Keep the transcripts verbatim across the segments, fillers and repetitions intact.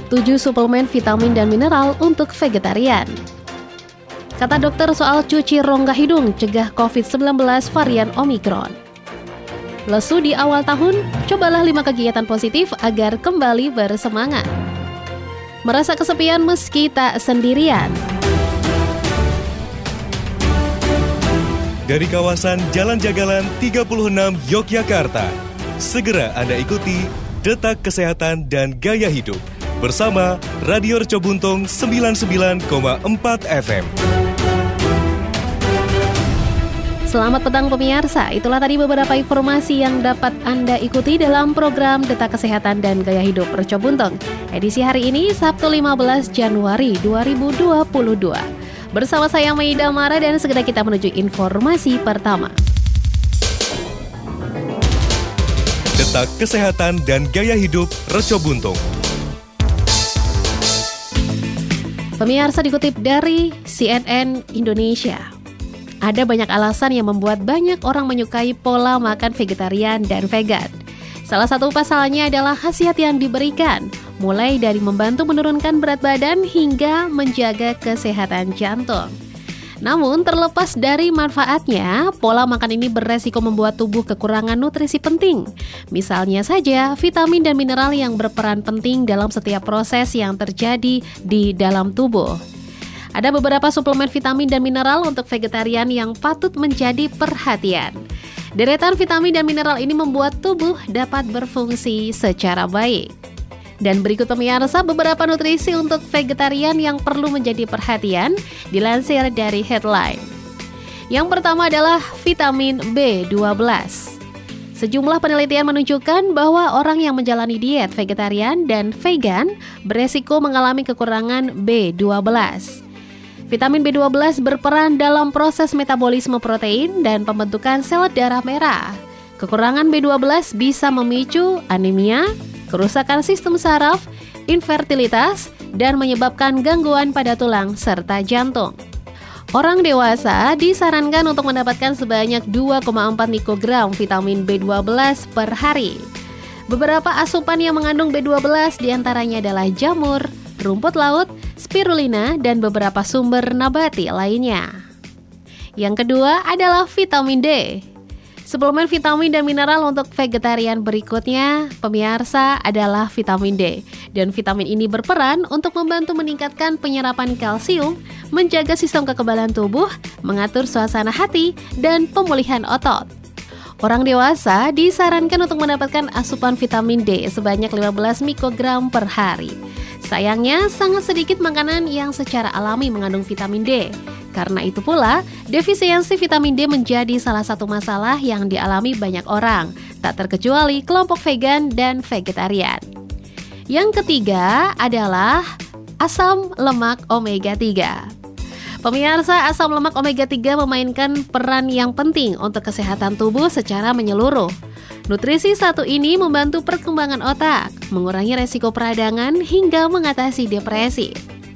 tujuh suplemen vitamin dan mineral untuk vegetarian. Kata dokter soal cuci rongga hidung cegah covid sembilan belas varian Omikron. Lesu di awal tahun, cobalah lima kegiatan positif agar kembali bersemangat. Merasa kesepian meski tak sendirian. Dari kawasan Jalan Jagalan tiga puluh enam Yogyakarta, segera Anda ikuti Detak Kesehatan dan Gaya Hidup bersama Radio Reco Buntung sembilan puluh sembilan koma empat F M. Selamat petang pemirsa, itulah tadi beberapa informasi yang dapat Anda ikuti dalam program Detak Kesehatan dan Gaya Hidup Reco Buntung. Edisi hari ini Sabtu lima belas Januari dua ribu dua puluh dua. Bersama saya Maida Mara dan segera kita menuju informasi pertama. Detak Kesehatan dan Gaya Hidup Reco Buntung. Pemirsa, dikutip dari C N N Indonesia, ada banyak alasan yang membuat banyak orang menyukai pola makan vegetarian dan vegan. Salah satu pasalnya adalah khasiat yang diberikan, mulai dari membantu menurunkan berat badan hingga menjaga kesehatan jantung. Namun terlepas dari manfaatnya, pola makan ini beresiko membuat tubuh kekurangan nutrisi penting. Misalnya saja vitamin dan mineral yang berperan penting dalam setiap proses yang terjadi di dalam tubuh. Ada beberapa suplemen vitamin dan mineral untuk vegetarian yang patut menjadi perhatian. Deretan vitamin dan mineral ini membuat tubuh dapat berfungsi secara baik. Dan berikut pemirsa beberapa nutrisi untuk vegetarian yang perlu menjadi perhatian dilansir dari Headline. Yang pertama adalah vitamin B dua belas. Sejumlah penelitian menunjukkan bahwa orang yang menjalani diet vegetarian dan vegan beresiko mengalami kekurangan B dua belas. Vitamin B dua belas berperan dalam proses metabolisme protein dan pembentukan sel darah merah. Kekurangan B dua belas bisa memicu anemia, kerusakan sistem saraf, infertilitas, dan menyebabkan gangguan pada tulang serta jantung. Orang dewasa disarankan untuk mendapatkan sebanyak dua koma empat mikrogram vitamin B dua belas per hari. Beberapa asupan yang mengandung B dua belas diantaranya adalah jamur, rumput laut, spirulina, dan beberapa sumber nabati lainnya. Yang kedua adalah vitamin D. Suplemen vitamin dan mineral untuk vegetarian berikutnya, pemirsa, adalah vitamin D. Dan vitamin ini berperan untuk membantu meningkatkan penyerapan kalsium, menjaga sistem kekebalan tubuh, mengatur suasana hati, dan pemulihan otot. Orang dewasa disarankan untuk mendapatkan asupan vitamin D sebanyak lima belas mikrogram per hari. Sayangnya, sangat sedikit makanan yang secara alami mengandung vitamin D. Karena itu pula, defisiensi vitamin D menjadi salah satu masalah yang dialami banyak orang, tak terkecuali kelompok vegan dan vegetarian. Yang ketiga adalah asam lemak omega tiga. Pemirsa, asam lemak omega tiga memainkan peran yang penting untuk kesehatan tubuh secara menyeluruh. Nutrisi satu ini membantu perkembangan otak, mengurangi resiko peradangan hingga mengatasi depresi.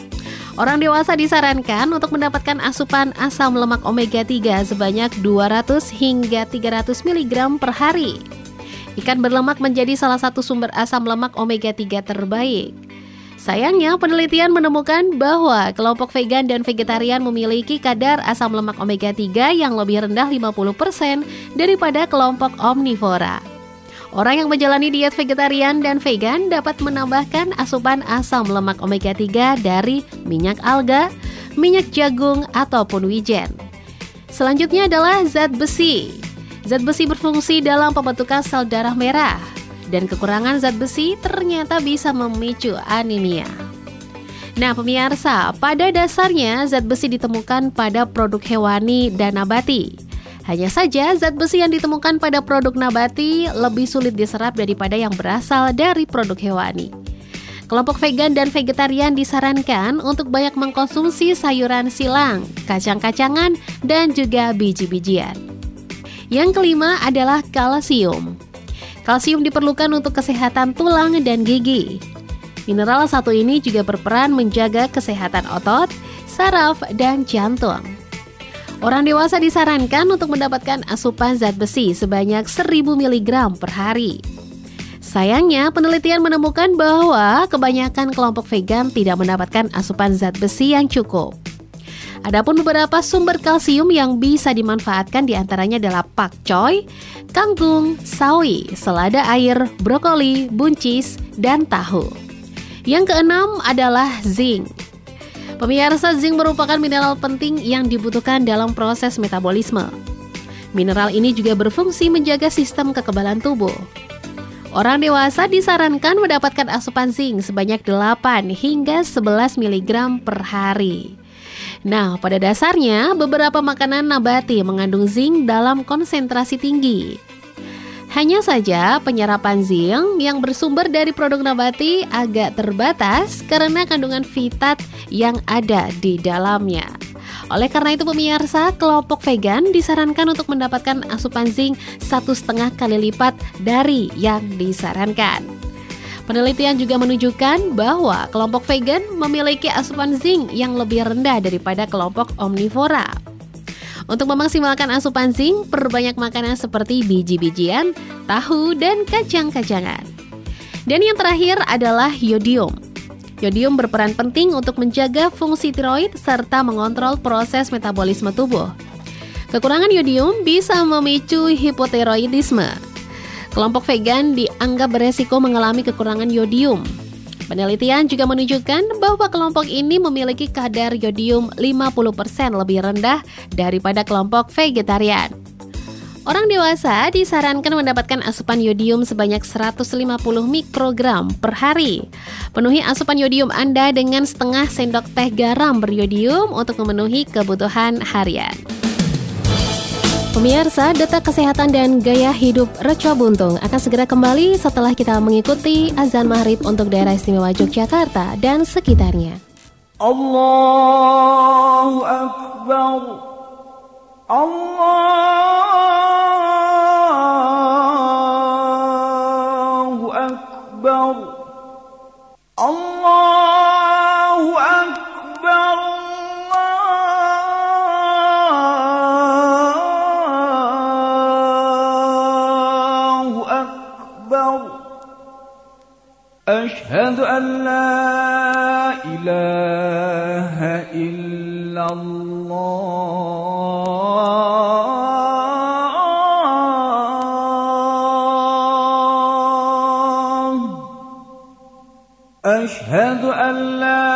Orang dewasa disarankan untuk mendapatkan asupan asam lemak omega tiga sebanyak dua ratus hingga tiga ratus miligram per hari. Ikan berlemak menjadi salah satu sumber asam lemak omega tiga terbaik. Sayangnya, penelitian menemukan bahwa kelompok vegan dan vegetarian memiliki kadar asam lemak omega tiga yang lebih rendah lima puluh persen daripada kelompok omnivora. Orang yang menjalani diet vegetarian dan vegan dapat menambahkan asupan asam lemak omega tiga dari minyak alga, minyak jagung, ataupun wijen. Selanjutnya adalah zat besi. Zat besi berfungsi dalam pembentukan sel darah merah, dan kekurangan zat besi ternyata bisa memicu anemia. Nah pemirsa, pada dasarnya zat besi ditemukan pada produk hewani dan nabati. Hanya saja zat besi yang ditemukan pada produk nabati lebih sulit diserap daripada yang berasal dari produk hewani. Kelompok vegan dan vegetarian disarankan untuk banyak mengkonsumsi sayuran silang, kacang-kacangan, dan juga biji-bijian. Yang kelima adalah kalsium. Kalsium diperlukan untuk kesehatan tulang dan gigi. Mineral satu ini juga berperan menjaga kesehatan otot, saraf, dan jantung. Orang dewasa disarankan untuk mendapatkan asupan zat besi sebanyak seribu miligram per hari. Sayangnya, penelitian menemukan bahwa kebanyakan kelompok vegan tidak mendapatkan asupan zat besi yang cukup. Adapun beberapa sumber kalsium yang bisa dimanfaatkan diantaranya adalah pakcoy, kangkung, sawi, selada air, brokoli, buncis, dan tahu. Yang keenam adalah zinc. Pemirsa, zinc merupakan mineral penting yang dibutuhkan dalam proses metabolisme. Mineral ini juga berfungsi menjaga sistem kekebalan tubuh. Orang dewasa disarankan mendapatkan asupan zinc sebanyak delapan hingga sebelas miligram per hari. Nah, pada dasarnya beberapa makanan nabati mengandung zinc dalam konsentrasi tinggi. Hanya saja penyerapan zinc yang bersumber dari produk nabati agak terbatas karena kandungan fitat yang ada di dalamnya. Oleh karena itu pemirsa, kelompok vegan disarankan untuk mendapatkan asupan zinc satu setengah kali lipat dari yang disarankan. Penelitian juga menunjukkan bahwa kelompok vegan memiliki asupan zinc yang lebih rendah daripada kelompok omnivora. Untuk memaksimalkan asupan zinc, perbanyak makanan seperti biji-bijian, tahu, dan kacang-kacangan. Dan yang terakhir adalah yodium. Yodium berperan penting untuk menjaga fungsi tiroid serta mengontrol proses metabolisme tubuh. Kekurangan yodium bisa memicu hipotiroidisme. Kelompok vegan dianggap beresiko mengalami kekurangan yodium. Penelitian juga menunjukkan bahwa kelompok ini memiliki kadar yodium lima puluh persen lebih rendah daripada kelompok vegetarian. Orang dewasa disarankan mendapatkan asupan yodium sebanyak seratus lima puluh mikrogram per hari. Penuhi asupan yodium Anda dengan setengah sendok teh garam beriodium untuk memenuhi kebutuhan harian. Pemirsa, Detak Kesehatan dan Gaya Hidup Reco Buntung akan segera kembali setelah kita mengikuti azan maghrib untuk daerah istimewa Yogyakarta dan sekitarnya. Allahu Akbar, Allahu Akbar, Allahu Akbar. Ashhadu an la ilaha illallah. Ashhadu an la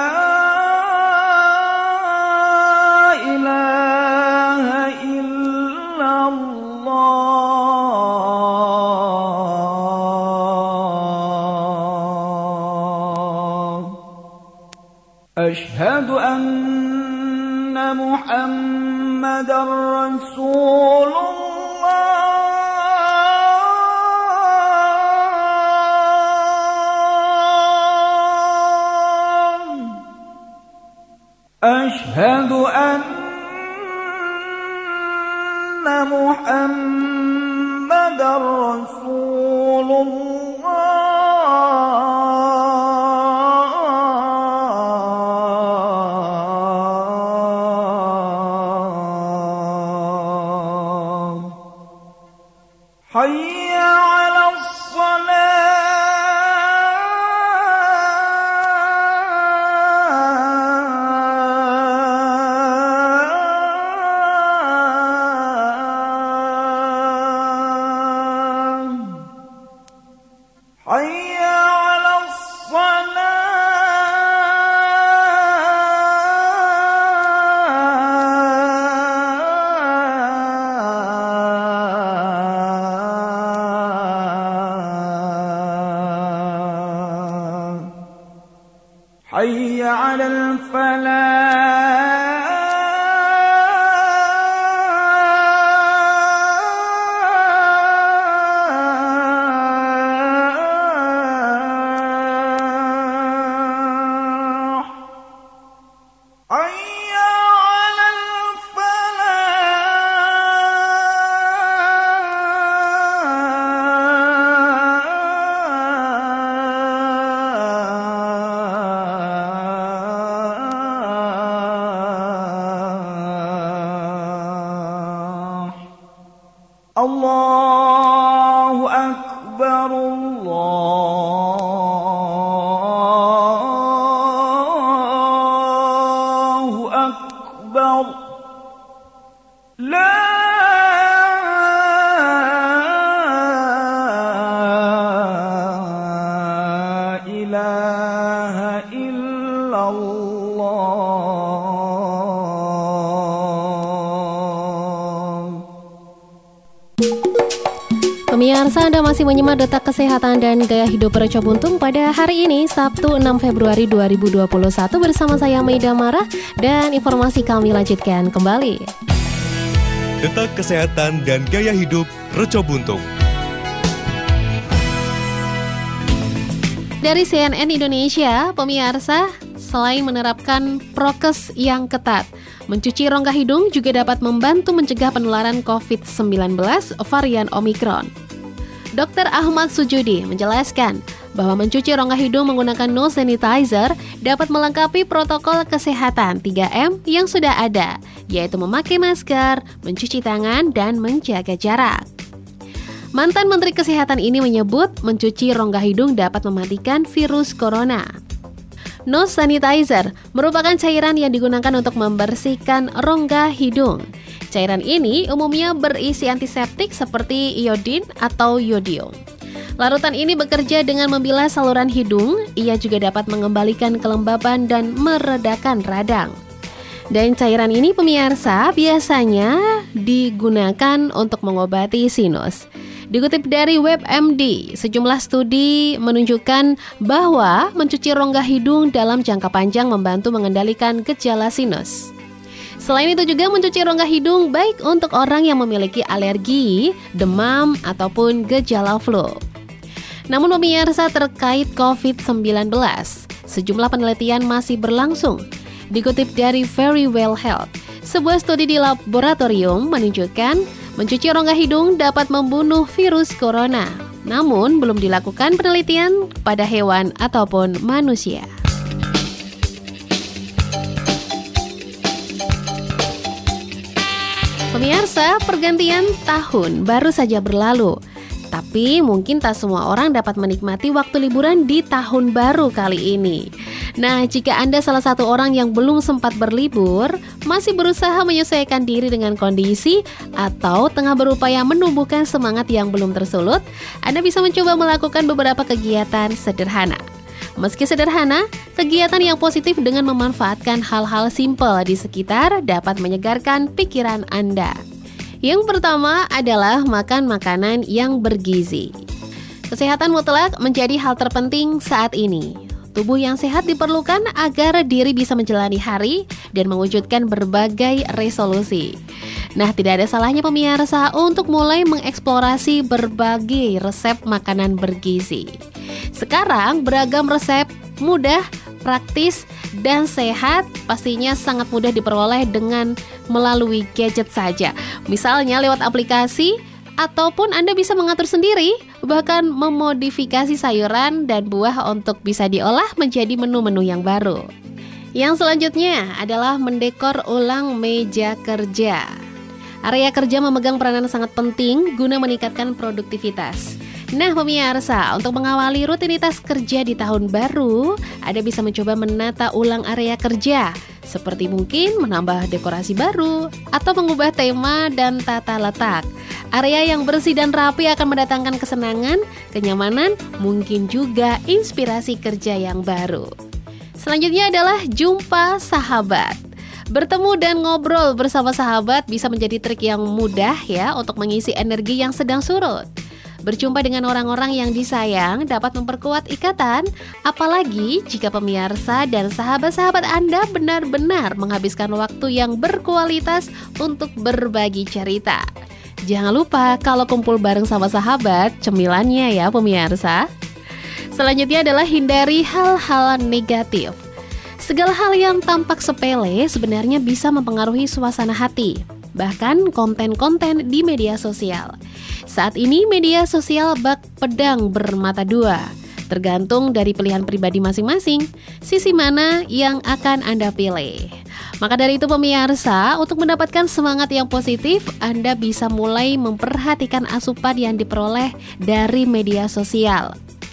ilaha illallah. Ashhadu anna Muhammadar Rasulullah. Ashhadu anna Muhammadar Rasulullah. Hayya 'alas salah. Hayya 'alas Hayya 'alal falah. Hayya 'alal falah. الله أكبر لا إله إلا الله. Pemirsa, Anda masih menyimak Detak Kesehatan dan Gaya Hidup Reco Buntung pada hari ini, Sabtu enam Februari dua ribu dua puluh satu bersama saya Maida Marah, dan informasi kami lanjutkan kembali. Detak Kesehatan dan Gaya Hidup Reco Buntung. Dari C N N Indonesia, pemirsa, selain menerapkan prokes yang ketat, mencuci rongga hidung juga dapat membantu mencegah penularan covid sembilan belas varian Omikron. Dokter Ahmad Sujudi menjelaskan bahwa mencuci rongga hidung menggunakan nose sanitizer dapat melengkapi protokol kesehatan tiga M yang sudah ada, yaitu memakai masker, mencuci tangan, dan menjaga jarak. Mantan Menteri Kesehatan ini menyebut mencuci rongga hidung dapat mematikan virus corona. Nose sanitizer merupakan cairan yang digunakan untuk membersihkan rongga hidung. Cairan ini umumnya berisi antiseptik seperti iodin atau yodium. Larutan ini bekerja dengan membilas saluran hidung. Ia juga dapat mengembalikan kelembaban dan meredakan radang. Dan cairan ini, pemirsa, biasanya digunakan untuk mengobati sinus. Dikutip dari web M D, sejumlah studi menunjukkan bahwa mencuci rongga hidung dalam jangka panjang membantu mengendalikan gejala sinus. Selain itu juga mencuci rongga hidung baik untuk orang yang memiliki alergi, demam, ataupun gejala flu. Namun pemirsa, terkait covid sembilan belas, sejumlah penelitian masih berlangsung. Dikutip dari Very Well Health, sebuah studi di laboratorium menunjukkan mencuci rongga hidung dapat membunuh virus corona. Namun belum dilakukan penelitian pada hewan ataupun manusia. Pemirsa, pergantian tahun baru saja berlalu. Tapi mungkin tak semua orang dapat menikmati waktu liburan di tahun baru kali ini. Nah, jika Anda salah satu orang yang belum sempat berlibur, masih berusaha menyesuaikan diri dengan kondisi, atau tengah berupaya menumbuhkan semangat yang belum tersulut, Anda bisa mencoba melakukan beberapa kegiatan sederhana. Meski sederhana, kegiatan yang positif dengan memanfaatkan hal-hal simpel di sekitar dapat menyegarkan pikiran Anda. Yang pertama adalah makan makanan yang bergizi. Kesehatan mutlak menjadi hal terpenting saat ini. Tubuh yang sehat diperlukan agar diri bisa menjalani hari dan mewujudkan berbagai resolusi. Nah, tidak ada salahnya pemirsa untuk mulai mengeksplorasi berbagai resep makanan bergizi. Sekarang beragam resep mudah, praktis, dan sehat pastinya sangat mudah diperoleh dengan melalui gadget saja. Misalnya lewat aplikasi, ataupun Anda bisa mengatur sendiri, bahkan memodifikasi sayuran dan buah untuk bisa diolah menjadi menu-menu yang baru. Yang selanjutnya adalah mendekor ulang meja kerja. Area kerja memegang peranan sangat penting guna meningkatkan produktivitas. Nah pemirsa, untuk mengawali rutinitas kerja di tahun baru, Anda bisa mencoba menata ulang area kerja, seperti mungkin menambah dekorasi baru atau mengubah tema dan tata letak. Area yang bersih dan rapi akan mendatangkan kesenangan, kenyamanan, mungkin juga inspirasi kerja yang baru. Selanjutnya adalah jumpa sahabat. Bertemu dan ngobrol bersama sahabat bisa menjadi trik yang mudah ya untuk mengisi energi yang sedang surut. Berjumpa dengan orang-orang yang disayang dapat memperkuat ikatan, apalagi jika pemirsa dan sahabat-sahabat Anda benar-benar menghabiskan waktu yang berkualitas untuk berbagi cerita. Jangan lupa kalau kumpul bareng sama sahabat, cemilannya ya pemirsa. Selanjutnya adalah hindari hal-hal negatif. Segala hal yang tampak sepele sebenarnya bisa mempengaruhi suasana hati, bahkan konten-konten di media sosial. Saat ini media sosial bak pedang bermata dua, tergantung dari pilihan pribadi masing-masing, sisi mana yang akan Anda pilih. Maka dari itu pemirsa, untuk mendapatkan semangat yang positif, Anda bisa mulai memperhatikan asupan yang diperoleh dari media sosial.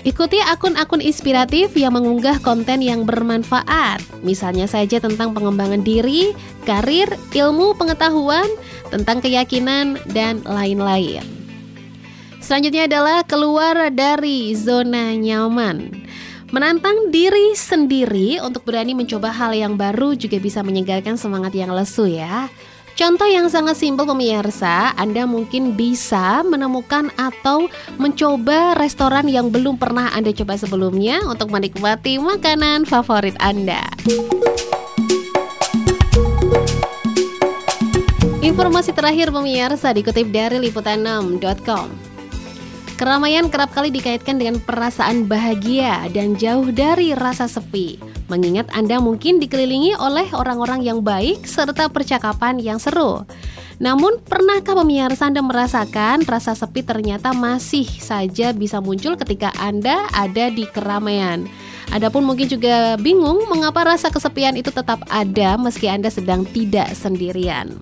Ikuti akun-akun inspiratif yang mengunggah konten yang bermanfaat, misalnya saja tentang pengembangan diri, karir, ilmu pengetahuan, tentang keyakinan, dan lain-lain. Selanjutnya adalah keluar dari zona nyaman. Menantang diri sendiri untuk berani mencoba hal yang baru juga bisa menyegarkan semangat yang lesu ya. Contoh yang sangat simpel pemirsa, Anda mungkin bisa menemukan atau mencoba restoran yang belum pernah Anda coba sebelumnya untuk menikmati makanan favorit Anda. Informasi terakhir pemirsa dikutip dari liputan enam titik com. Keramaian kerap kali dikaitkan dengan perasaan bahagia dan jauh dari rasa sepi. Mengingat Anda mungkin dikelilingi oleh orang-orang yang baik serta percakapan yang seru. Namun, pernahkah pemirsa Anda merasakan rasa sepi ternyata masih saja bisa muncul ketika Anda ada di keramaian? Adapun mungkin juga bingung mengapa rasa kesepian itu tetap ada meski Anda sedang tidak sendirian.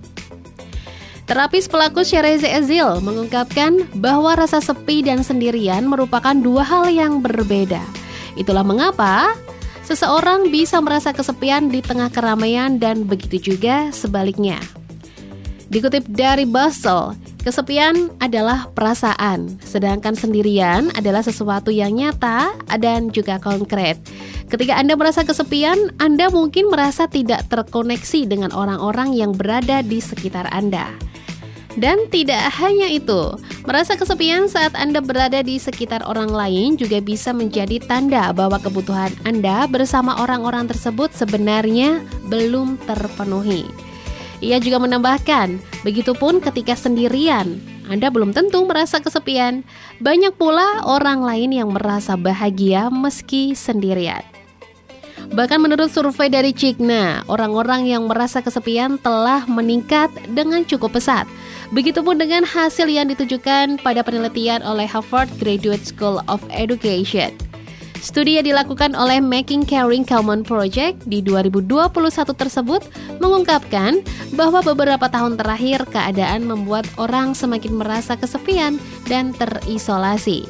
Terapis pelaku Shereze Ezil mengungkapkan bahwa rasa sepi dan sendirian merupakan dua hal yang berbeda. Itulah mengapa seseorang bisa merasa kesepian di tengah keramaian dan begitu juga sebaliknya. Dikutip dari Basel, kesepian adalah perasaan, sedangkan sendirian adalah sesuatu yang nyata dan juga konkret. Ketika Anda merasa kesepian, Anda mungkin merasa tidak terkoneksi dengan orang-orang yang berada di sekitar Anda. Dan tidak hanya itu, merasa kesepian saat Anda berada di sekitar orang lain juga bisa menjadi tanda bahwa kebutuhan Anda bersama orang-orang tersebut sebenarnya belum terpenuhi. Ia juga menambahkan, begitupun ketika sendirian, Anda belum tentu merasa kesepian. Banyak pula orang lain yang merasa bahagia meski sendirian. Bahkan menurut survei dari Cigna, orang-orang yang merasa kesepian telah meningkat dengan cukup pesat. Begitupun dengan hasil yang ditujukan pada penelitian oleh Harvard Graduate School of Education. Studi yang dilakukan oleh Making Caring Common Project di dua ribu dua puluh satu tersebut mengungkapkan bahwa beberapa tahun terakhir keadaan membuat orang semakin merasa kesepian dan terisolasi.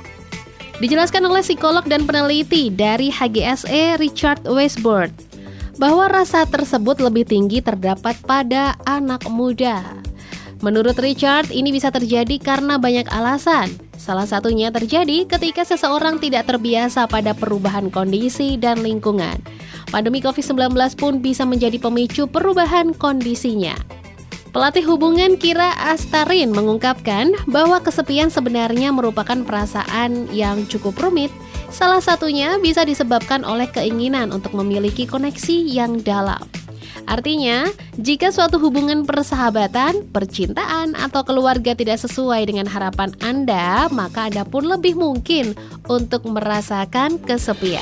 Dijelaskan oleh psikolog dan peneliti dari H G S E Richard Weisbord bahwa rasa tersebut lebih tinggi terdapat pada anak muda. Menurut Richard, ini bisa terjadi karena banyak alasan. Salah satunya terjadi ketika seseorang tidak terbiasa pada perubahan kondisi dan lingkungan. Pandemi covid sembilan belas pun bisa menjadi pemicu perubahan kondisinya. Pelatih hubungan Kira Astarin mengungkapkan bahwa kesepian sebenarnya merupakan perasaan yang cukup rumit. Salah satunya bisa disebabkan oleh keinginan untuk memiliki koneksi yang dalam. Artinya, jika suatu hubungan persahabatan, percintaan, atau keluarga tidak sesuai dengan harapan Anda, maka Anda pun lebih mungkin untuk merasakan kesepian.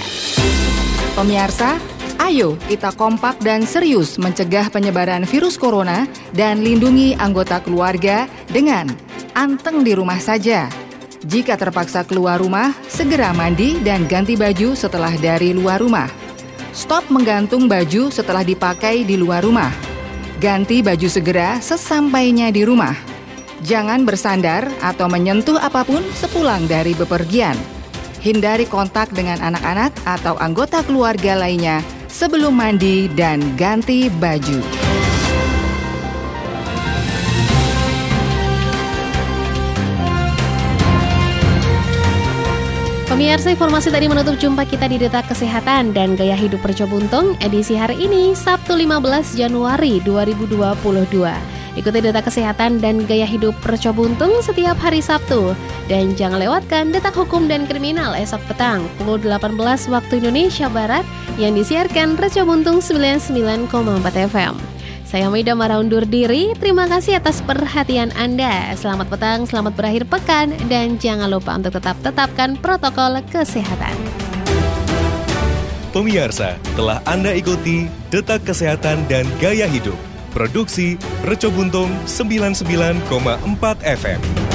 Pemirsa, ayo kita kompak dan serius mencegah penyebaran virus corona dan lindungi anggota keluarga dengan anteng di rumah saja. Jika terpaksa keluar rumah, segera mandi dan ganti baju setelah dari luar rumah. Stop menggantung baju setelah dipakai di luar rumah. Ganti baju segera sesampainya di rumah. Jangan bersandar atau menyentuh apapun sepulang dari bepergian. Hindari kontak dengan anak-anak atau anggota keluarga lainnya sebelum mandi dan ganti baju. Pemirsa, informasi tadi menutup jumpa kita di Detak Kesehatan dan Gaya Hidup Reco Buntung edisi hari ini, Sabtu lima belas Januari dua ribu dua puluh dua. Ikuti Detak Kesehatan dan Gaya Hidup Reco Buntung setiap hari Sabtu. Dan jangan lewatkan Detak Hukum dan Kriminal esok petang pukul delapan belas waktu Indonesia Barat yang disiarkan Reco Buntung sembilan puluh sembilan koma empat F M. Saya Maida Mara undur diri, terima kasih atas perhatian Anda. Selamat petang, selamat berakhir pekan, dan jangan lupa untuk tetap tetapkan protokol kesehatan. Pemirsa, telah Anda ikuti Detak Kesehatan dan Gaya Hidup. Produksi Reco Buntung sembilan puluh sembilan koma empat F M.